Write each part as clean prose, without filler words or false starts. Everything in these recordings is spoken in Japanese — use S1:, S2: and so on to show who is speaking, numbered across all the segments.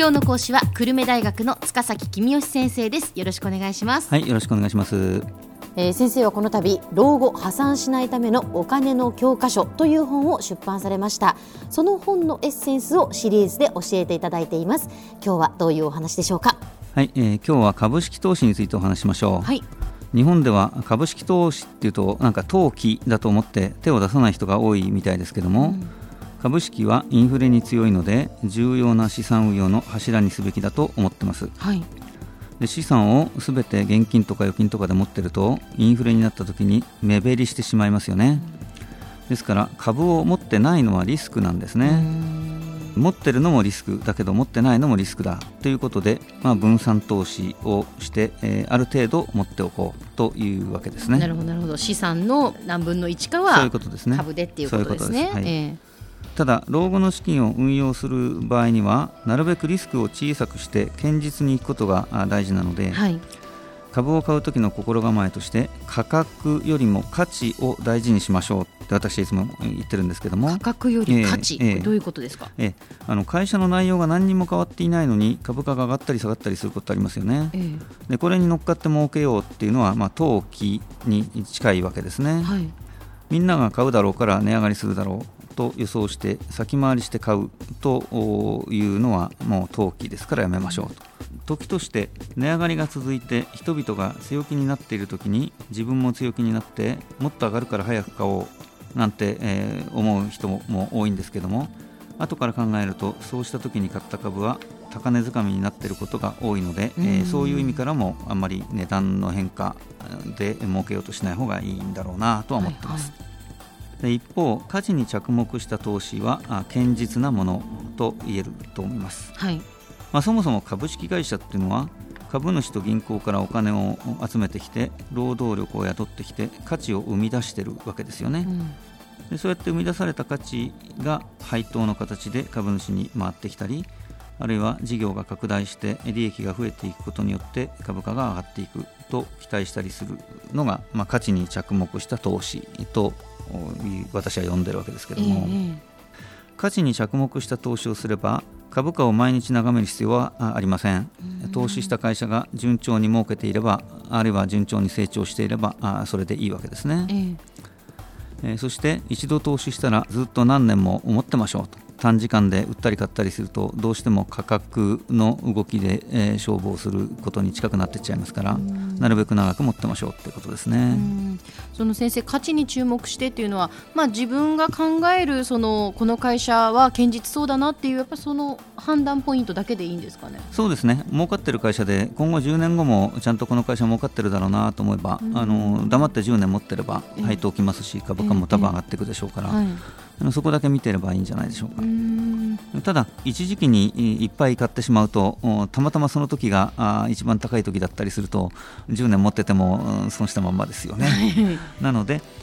S1: 今日の講師は久留米大学の塚崎公義先生です。よろしくお願いします。
S2: はい、よろしくお願いします。
S1: 先生はこの度老後破産しないためのお金の教科書という本を出版されました。その本のエッセンスをシリーズで教えていただいています。今日はどういうお話でしょうか。
S2: はい、今日は株式投資についてお話しましょう。
S1: はい、
S2: 日本では株式投資っていうとなんか投機だと思って手を出さない人が多いみたいですけども、株式はインフレに強いので重要な資産運用の柱にすべきだと思ってます。
S1: はい、
S2: で資産をすべて現金とか預金とかで持ってるとインフレになった時に目減りしてしまいますよね。ですから株を持ってないのはリスクなんですね。持ってるのもリスクだけど持ってないのもリスクだということで、分散投資をして、ある程度持っておこうというわけですね。
S1: なるほどなるほど。資産の何分の1かは
S2: そういうことですね。
S1: 株でっていうことですね。
S2: ただ老後の資金を運用する場合にはなるべくリスクを小さくして堅実にいくことが大事なので、
S1: はい、
S2: 株を買う時の心構えとして価格よりも価値を大事にしましょうって私いつも言ってるんですけども、
S1: 価格より価値、どういうことですか。
S2: 会社の内容が何にも変わっていないのに株価が上がったり下がったりすることありますよね。でこれに乗っかって儲けようっていうのは、投機に近いわけですね。
S1: はい、
S2: みんなが買うだろうから値上がりするだろうと予想して先回りして買うというのはもう投機ですからやめましょうと。時として値上がりが続いて人々が強気になっている時に自分も強気になってもっと上がるから早く買おうなんて、思う人も多いんですけども、後から考えるとそうした時に買った株は高値掴みになっていることが多いので、そういう意味からもあんまり値段の変化で儲けようとしない方がいいんだろうなとは思ってます。で一方価値に着目した投資は堅実なものと言えると思います。
S1: はい、
S2: そもそも株式会社っていうのは株主と銀行からお金を集めてきて労働力を雇ってきて価値を生み出しているわけですよね。でそうやって生み出された価値が配当の形で株主に回ってきたり、あるいは事業が拡大して利益が増えていくことによって株価が上がっていくと期待したりするのが、価値に着目した投資と私は呼んでるわけですけども、価値に着目した投資をすれば株価を毎日眺める必要はありません。投資した会社が順調に儲けていれば、あるいは順調に成長していればそれでいいわけですね。そして一度投資したらずっと何年も持ってましょうと。短時間で売ったり買ったりするとどうしても価格の動きで、勝負をすることに近くなっていっちゃいますから、なるべく長く持ってましょうってことですね。
S1: その先生、価値に注目してっていうのは、自分が考えるこの会社は堅実そうだなっていうやっぱその判断ポイントだけでいいんですかね。
S2: そうですね。儲かってる会社で今後10年後もちゃんとこの会社儲かってるだろうなと思えば、黙って10年持ってれば配当きますし株価も多分上がっていくでしょうから、そこだけ見てればいいんじゃないでしょうか。ただ一時期にいっぱい買ってしまうとたまたまその時が一番高い時だったりすると10年持ってても損したまんまですよね。なので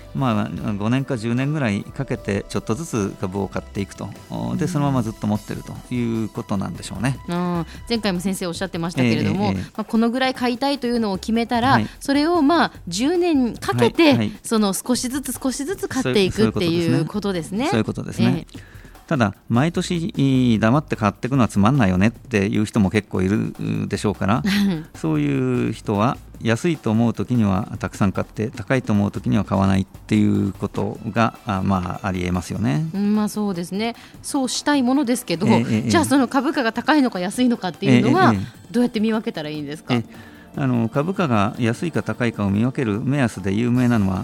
S2: 5年か10年ぐらいかけてちょっとずつ株を買っていくと、でそのままずっと持ってるということなんでしょうね。
S1: 前回も先生おっしゃってましたけれども、このぐらい買いたいというのを決めたら、それを10年かけて、少しずつ買っていくっていうことですね。
S2: そういうことですね。ただ毎年黙って買っていくのはつまんないよねっていう人も結構いるでしょうからそういう人は安いと思う時にはたくさん買って高いと思う時には買わないっていうことがありえますよね。
S1: そうですね。そうしたいものですけど、じゃあその株価が高いのか安いのかっていうのはどうやって見分けたらいいんですか。
S2: 株価が安いか高いかを見分ける目安で有名なのは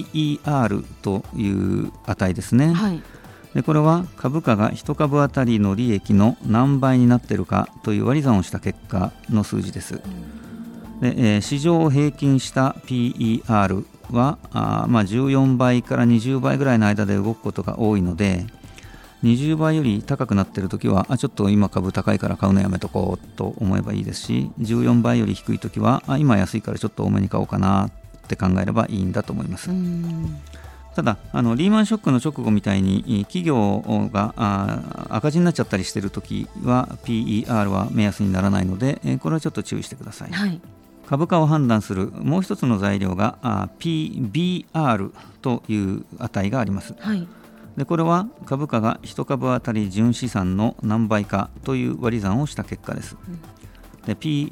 S2: PER という値ですね。でこれは株価が1株当たりの利益の何倍になっているかという割り算をした結果の数字です。で、市場を平均した PER は14倍から20倍ぐらいの間で動くことが多いので、20倍より高くなっているときはちょっと今株高いから買うのやめとこうと思えばいいですし、14倍より低いときは今安いからちょっと多めに買おうかなって考えればいいんだと思います。ただリーマンショックの直後みたいに企業が赤字になっちゃったりしているときは PER は目安にならないので、これはちょっと注意してください。株価を判断するもう一つの材料がPBR という値があります。 でこれは株価が1株あたり純資産の何倍かという割り算をした結果です。で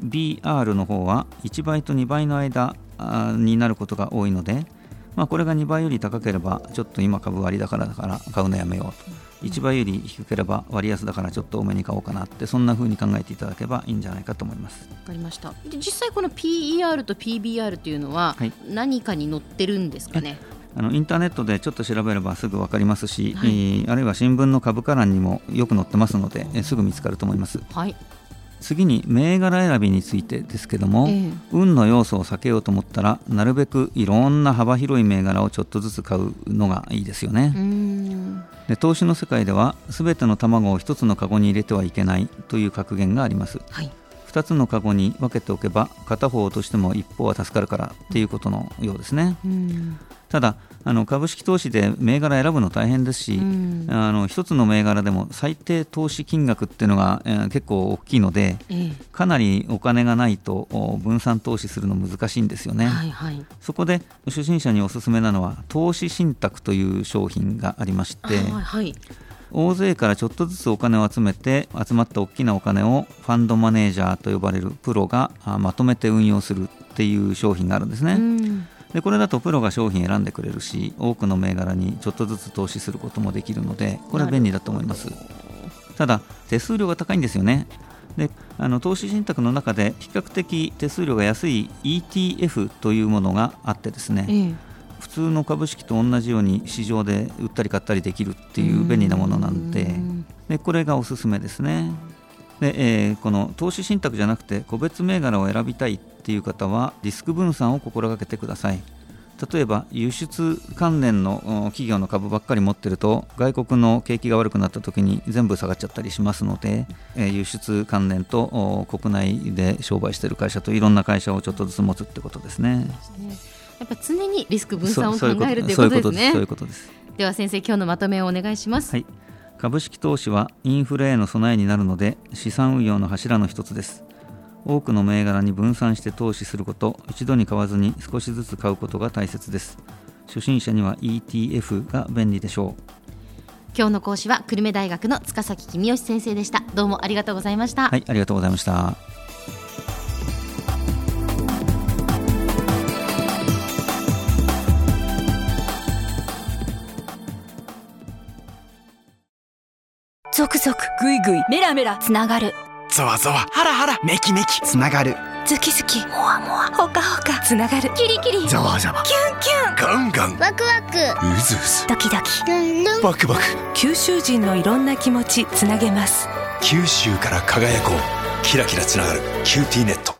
S2: PBR の方は1倍と2倍の間になることが多いので、これが2倍より高ければちょっと今株割高だから買うのやめようと、1倍より低ければ割安だからちょっと多めに買おうかなって、そんな風に考えていただければいいんじゃないかと思います。
S1: わかりました。で実際この PER と PBR というのは何かに載ってるんですかね。
S2: インターネットでちょっと調べればすぐ分かりますし、あるいは新聞の株価欄にもよく載ってますので、すぐ見つかると思います。次に銘柄選びについてですけども、運の要素を避けようと思ったらなるべくいろんな幅広い銘柄をちょっとずつ買うのがいいですよね。で投資の世界では全ての卵を一つのカゴに入れてはいけないという格言があります。2つのカゴに分けておけば片方としても一方は助かるからっていうことのようですね。ただ株式投資で銘柄選ぶの大変ですし、一つの銘柄でも最低投資金額っていうのが、結構大きいので、かなりお金がないと分散投資するの難しいんですよね。そこで初心者におすすめなのは投資信託という商品がありまして、大勢からちょっとずつお金を集めて集まった大きなお金をファンドマネージャーと呼ばれるプロがまとめて運用するっていう商品があるんですね。でこれだとプロが商品選んでくれるし、多くの銘柄にちょっとずつ投資することもできるので、これは便利だと思います。ただ手数料が高いんですよね。で投資信託の中で比較的手数料が安い ETF というものがあってですね、普通の株式と同じように市場で売ったり買ったりできるっていう便利なものなんで、これがおすすめですね。でこの投資信託じゃなくて個別銘柄を選びたいっていう方はリスク分散を心がけてください。例えば輸出関連の企業の株ばっかり持ってると外国の景気が悪くなった時に全部下がっちゃったりしますので、輸出関連と国内で商売している会社といろんな会社をちょっとずつ持つってことですね。
S1: やっぱ常にリスク分散を考えるということですね。
S2: そういうことです。
S1: では先生、今日のまとめをお願いします。
S2: 株式投資はインフレへの備えになるので資産運用の柱の一つです。多くの銘柄に分散して投資すること、一度に買わずに少しずつ買うことが大切です。初心者には ETF が便利でしょう。
S1: 今日の講師は久留米大学の塚崎公義先生でした。どうもありがとうございました。
S2: ありがとうございました。
S3: ゾクゾクグイグイメラメラつながる、
S4: ゾワゾワハラハラメキメキつながる、
S3: ズキズキモワモワホカホカつながる、キリキリ
S4: ザワザワ
S3: キュンキュン
S4: ガンガン
S5: ワクワク
S4: うずうず
S3: ドキドキ
S5: ルンルン
S4: バクバク、
S3: 九州人のいろんな気持ちつなげます。
S4: 九州から輝こう、キラキラつながるキューティーネット。